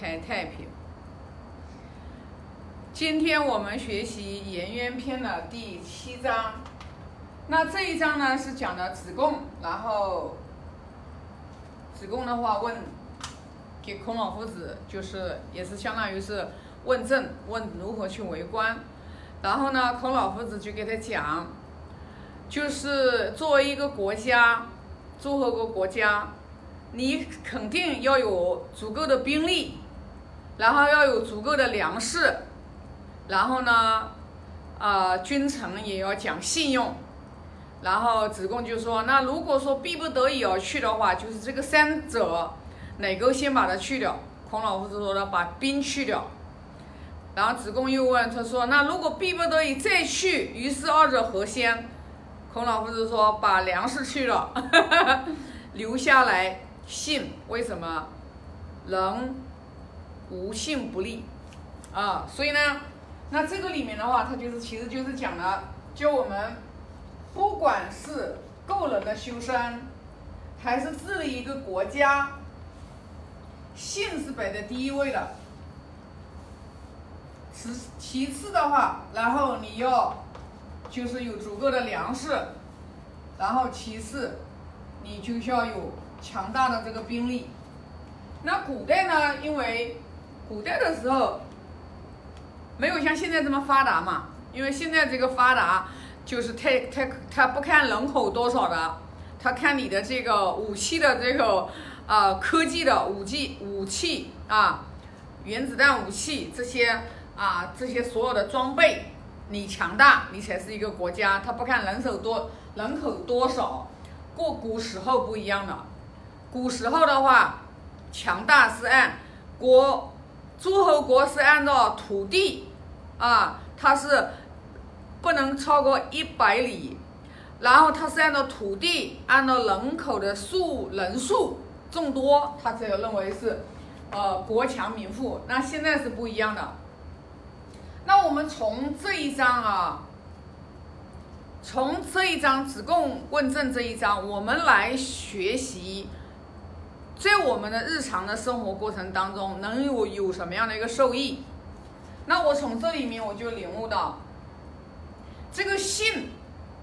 开太平。今天我们学习《颜渊篇》的第7章。那这一章呢是讲的子贡，然后子贡的话给孔老夫子，就是也是相当于是问政，问如何去为官。然后呢，孔老夫子就给他讲，就是作为一个国家，诸侯国家，你肯定要有足够的兵力，然后要有足够的粮食，然后呢，君臣也要讲信用。然后子贡就说，那如果说逼不得已要去的话，就是这个三者哪个先把它去掉？孔老夫子说的，把兵去掉。然后子贡又问他说，那如果逼不得已再去，于是二者何先？孔老夫子说，把粮食去了留下来信。为什么？人无信不立啊。所以呢，那这个里面的话，它其实就是讲了，就我们不管是个人的修身，还是治理一个国家，信是摆在第一位的。其次的话，然后你要就是有足够的粮食，然后其次你就需要有强大的这个兵力。那古代呢，因为古代的时候没有像现在这么发达嘛，因为现在这个发达就是它不看人口多少的，它看你的这个武器的这个科技的武器啊，原子弹武器这些所有的装备，你强大，你才是一个国家。它不看人口多少。古时候不一样的，古时候的话，强大是按诸侯国是按照土地它是不能超过100里，然后它是按照土地，按照人口的人数众多，它才有认为是国强民富。那现在是不一样的。那我们从这一章子贡问政这一章，我们来学习，在我们的日常的生活过程当中能有什么样的一个受益。那我从这里面我就领悟到，这个信，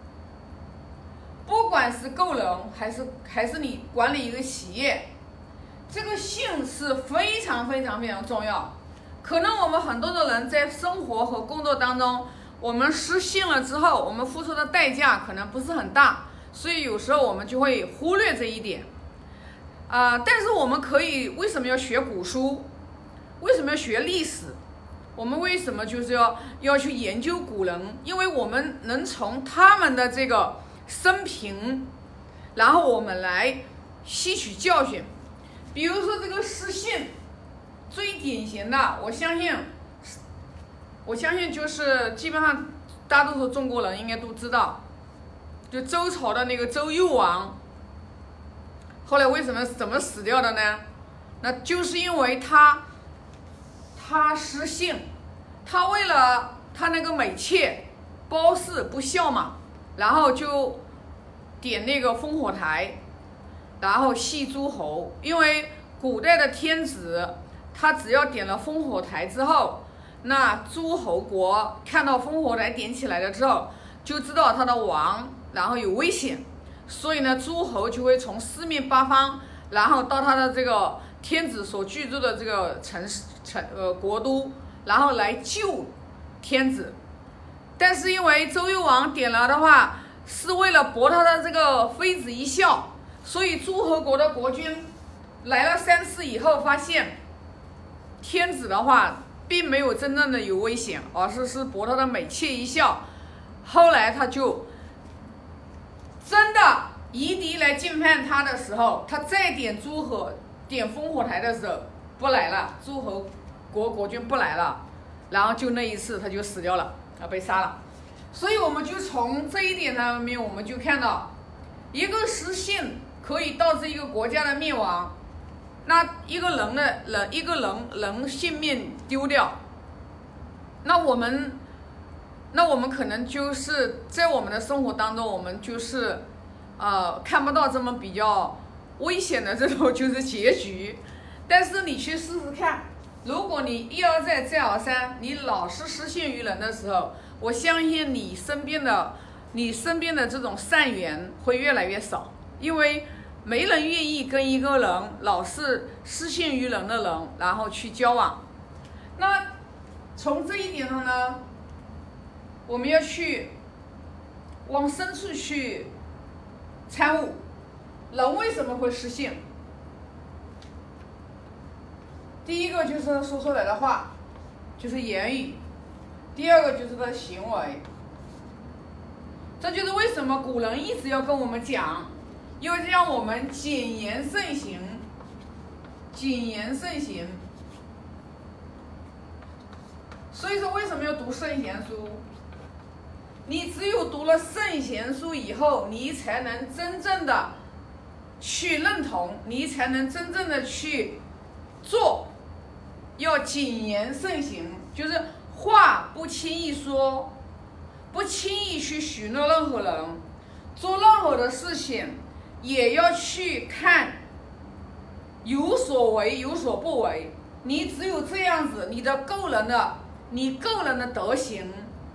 不管是个人还是你管理一个企业，这个信是非常非常非常重要。可能我们很多的人在生活和工作当中，我们失信了之后，我们付出的代价可能不是很大，所以有时候我们就会忽略这一点。但是我们为什么要学古书？为什么要学历史？我们为什么就是要去研究古人？因为我们能从他们的这个生平，然后我们来吸取教训。比如说这个失信，最典型的，我相信就是基本上大多数中国人应该都知道，就周朝的那个周幽王，后来怎么死掉的呢？那就是因为他失信，他为了他那个美妾褒姒不孝嘛，然后就点那个烽火台，然后戏诸侯。因为古代的天子，他只要点了烽火台之后，那诸侯国看到烽火台点起来了之后，就知道他的王然后有危险，所以呢诸侯就会从四面八方，然后到他的这个天子所居住的这个国都，然后来救天子。但是因为周幽王点了的话，是为了博他的这个妃子一笑，所以诸侯国的国君来了3次以后，发现天子的话并没有真正的有危险，而是博他的美妾一笑。后来他就真的夷狄来进犯他的时候，他再点烽火台的时候不来了，诸侯国君不来了，然后就那一次他就死掉了，被杀了。所以我们就从这一点上面，我们就看到一个失信可以导致一个国家的灭亡。那一个人性命丢掉，那我们可能就是在我们的生活当中，我们就是看不到这么比较危险的这种就是结局。但是你去试试看， 如果你一而再再而三，你老是失信于人的时候，我相信你身边的这种善缘会越来越少，因为没人愿意跟一个人老是失信于人的人然后去交往。那从这一点上呢，我们要去往深处去参悟，人为什么会失信？第一个就是他说出来的话，就是言语；第二个就是他的行为。这就是为什么古人一直要跟我们讲，要让我们谨言慎行，谨言慎行。所以说，为什么要读圣贤书？你只有读了圣贤书以后，你才能真正的去认同，你才能真正的去做。要谨言慎行，就是话不轻易说，不轻易去许诺任何人，做任何的事情也要去看有所为有所不为。你只有这样子，你个人的德行，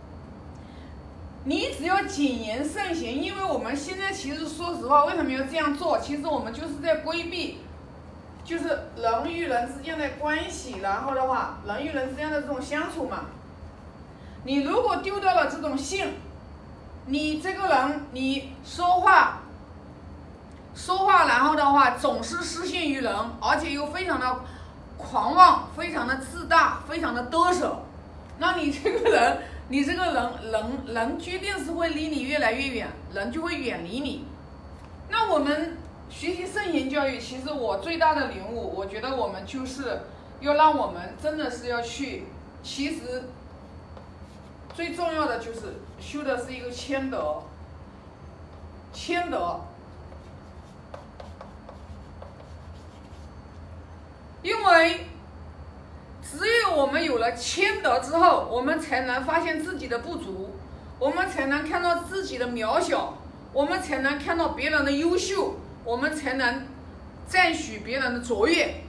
你只要谨言慎行。因为我们现在其实说实话，为什么要这样做？其实我们就是在规避，就是人与人之间的关系，然后的话，人与人之间的这种相处嘛。你如果丢掉了这种信，你这个人你说话，然后的话总是失信于人，而且又非常的狂妄，非常的自大，非常的嘚瑟，那你这个人决定是会离你越来越远，人就会远离你。那我们学习圣贤教育，其实我最大的领悟，我觉得我们就是要让我们真的是要去，其实最重要的就是修的是一个谦德。因为只有我们有了谦德之后，我们才能发现自己的不足，我们才能看到自己的渺小，我们才能看到别人的优秀，我们才能赞许别人的卓越。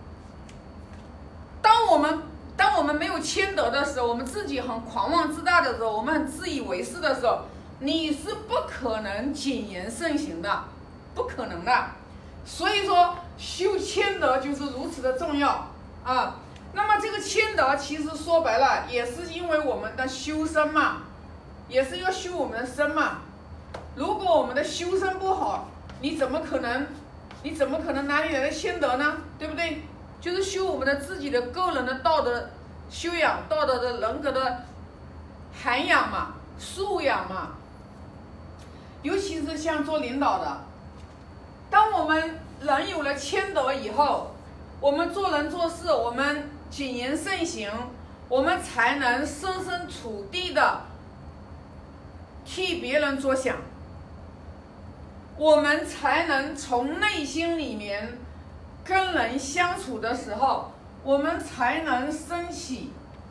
当我们没有谦德的时候，我们自己很狂妄自大的时候，我们很自以为是的时候，你是不可能谨言慎行的，不可能的。所以说修谦德就是如此的重要啊。那么这个谦德其实说白了也是因为我们的修身嘛，也是要修我们的身嘛。如果我们的修身不好，你怎么可能哪里来的谦德呢？对不对？就是修我们的自己的个人的道德修养，道德的人格的涵养嘛，素养嘛。尤其是像做领导的，当我们人有了谦德以后，我们做人做事，我们谨言慎行，我们才能设身处地的替别人着想，我们才能从内心里面跟人相处的时候，我们才能升起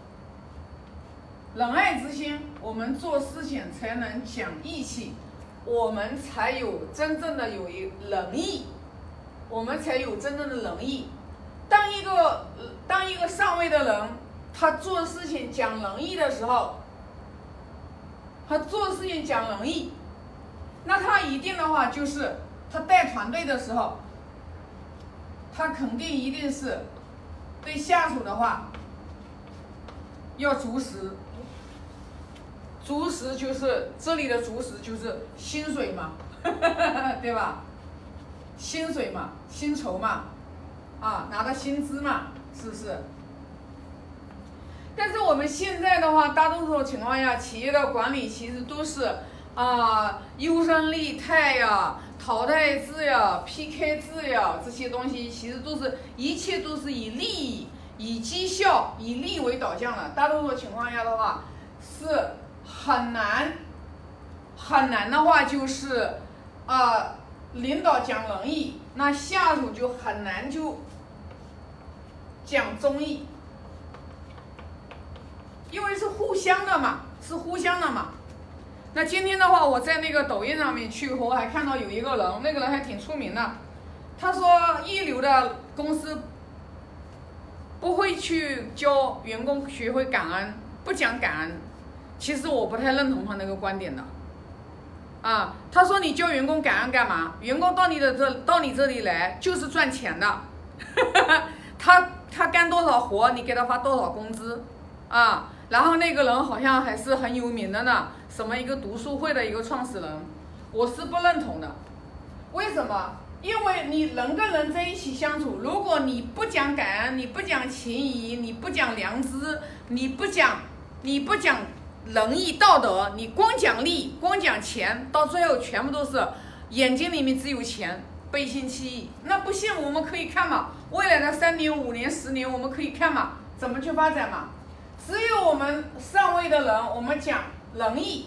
仁爱之心，我们做事情才能讲义气，我们才有真正的有一仁义，我们才有真正的仁义。当一个上位的人，他做事情讲仁义的时候，那他一定的话就是他带团队的时候，他肯定一定是对下属的话要足实。足实就是这里的足实就是薪水嘛对吧？薪水嘛，薪酬嘛，拿到薪资嘛，是不是？但是我们现在的话，大多数情况下，企业的管理其实都是优胜劣汰呀、淘汰制呀、PK 制呀，这些东西其实一切都是以利益、以绩效、以利为导向的。大多数情况下的话，是很难的话，就是领导讲仁义，那下属就很难就讲忠义，因为是互相的嘛。那今天的话，我在那个抖音上面我还看到有一个人，那个人还挺出名的，他说一流的公司不会去教员工学会感恩，不讲感恩，其实我不太认同他那个观点的。啊，他说你教员工感恩干嘛？员工到你这里来就是赚钱的，他干多少活，你给他发多少工资啊？然后那个人好像还是很有名的呢，什么一个读书会的一个创始人，我是不认同的。为什么？因为你人跟人在一起相处，如果你不讲感恩，你不讲情谊，你不讲良知，你不讲仁义道德，你光讲利，光讲钱，到最后全部都是眼睛里面只有钱，背信弃义。那不信我们可以看嘛，未来的3年、5年、10年，我们可以看嘛，怎么去发展嘛？只有我们上位的人，我们讲仁义，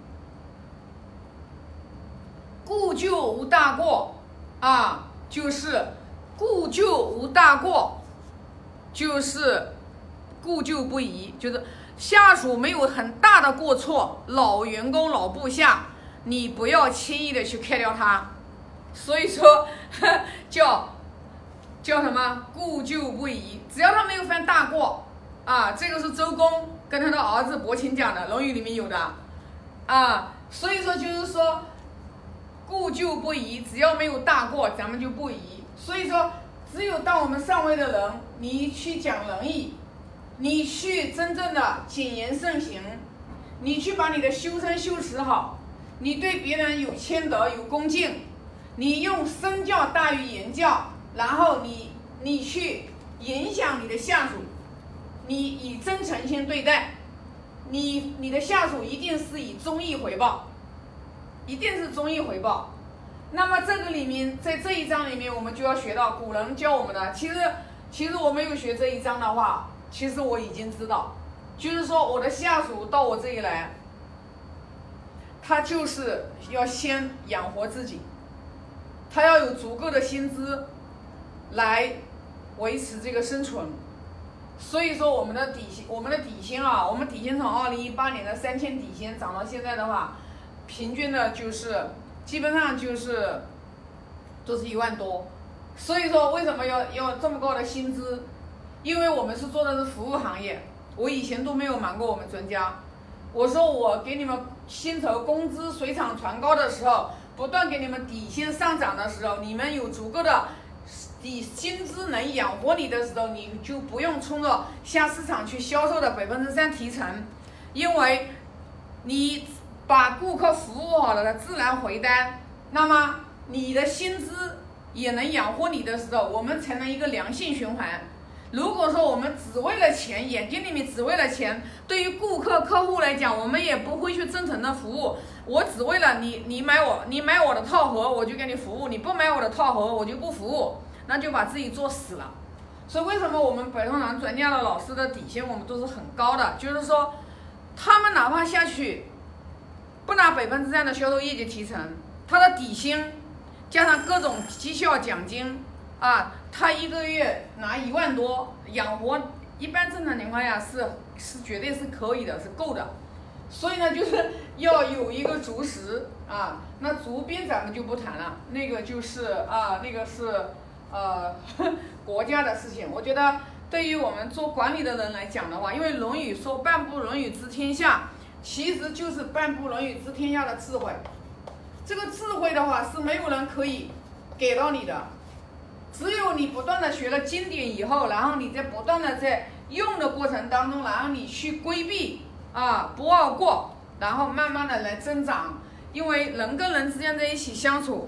故旧无大过啊，就是故旧无大过，就是故旧不移，就是下属没有很大的过错，老员工老部下，你不要轻易的去开掉他。所以说叫什么故旧不移，只要他没有犯大过啊，这个是周公跟他的儿子伯禽讲的，《论语》里面有的啊。所以说就是说故旧不移，只要没有大过，咱们就不移。所以说，只有当我们上位的人，你去讲仁义，你去真正的谨言慎行，你去把你的修身修持好，你对别人有谦德有恭敬，你用身教大于言教，然后你去影响你的下属，你以真诚心对待，你的下属一定是以忠义回报，一定是忠义回报。那么这个里面，在这一章里面，我们就要学到古人教我们的。其实我没有学这一章的话，其实我已经知道，就是说我的下属到我这里来，他就是要先养活自己，他要有足够的薪资来维持这个生存。所以说我们的底薪啊，我们底薪从2018年的3000底薪涨到现在的话，平均的就是基本上就是都是1万多。所以说为什么要这么高的薪资？因为我们是做的是服务行业，我以前都没有瞒过我们专家。我说我给你们薪酬工资水涨船高的时候，不断给你们底薪上涨的时候，你们有足够的薪资能养活你的时候，你就不用冲着向市场去销售的3%提成，因为你把顾客服务好了，他自然回单，那么你的薪资也能养活你的时候，我们才能一个良性循环。如果说我们只为了钱，眼睛里面只为了钱，对于客户来讲，我们也不会去真诚的服务。我只为了你买我的套盒，我就给你服务；你不买我的套盒，我就不服务，那就把自己做死了。所以为什么我们北通堂专家的老师的底薪我们都是很高的？就是说，他们哪怕下去不拿3%的销售业绩提成，他的底薪加上各种绩效奖金啊，他一个月拿1万多，养活一般正常情况下是绝对是可以的，是够的。所以呢，就是要有一个足食啊。那足鞭咱们就不谈了，那个就是那个是国家的事情。我觉得对于我们做管理的人来讲的话，因为《论语》说“半部《论语》知天下”，其实就是半部《论语》知天下的智慧。这个智慧的话是没有人可以给到你的，只有你不断的学了经典以后，然后你在不断的在用的过程当中，然后你去规避不贰过，然后慢慢的来增长。因为人跟人之间在一起相处，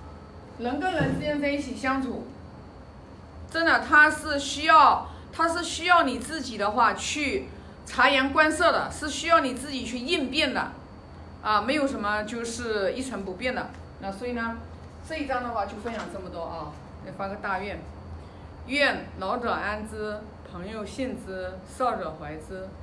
真的他是需要你自己的话去察言观色的，是需要你自己去应变的没有什么就是一成不变的。那所以呢，这一章的话就分享这么多来发个大愿，愿老者安之，朋友信之，少者怀之。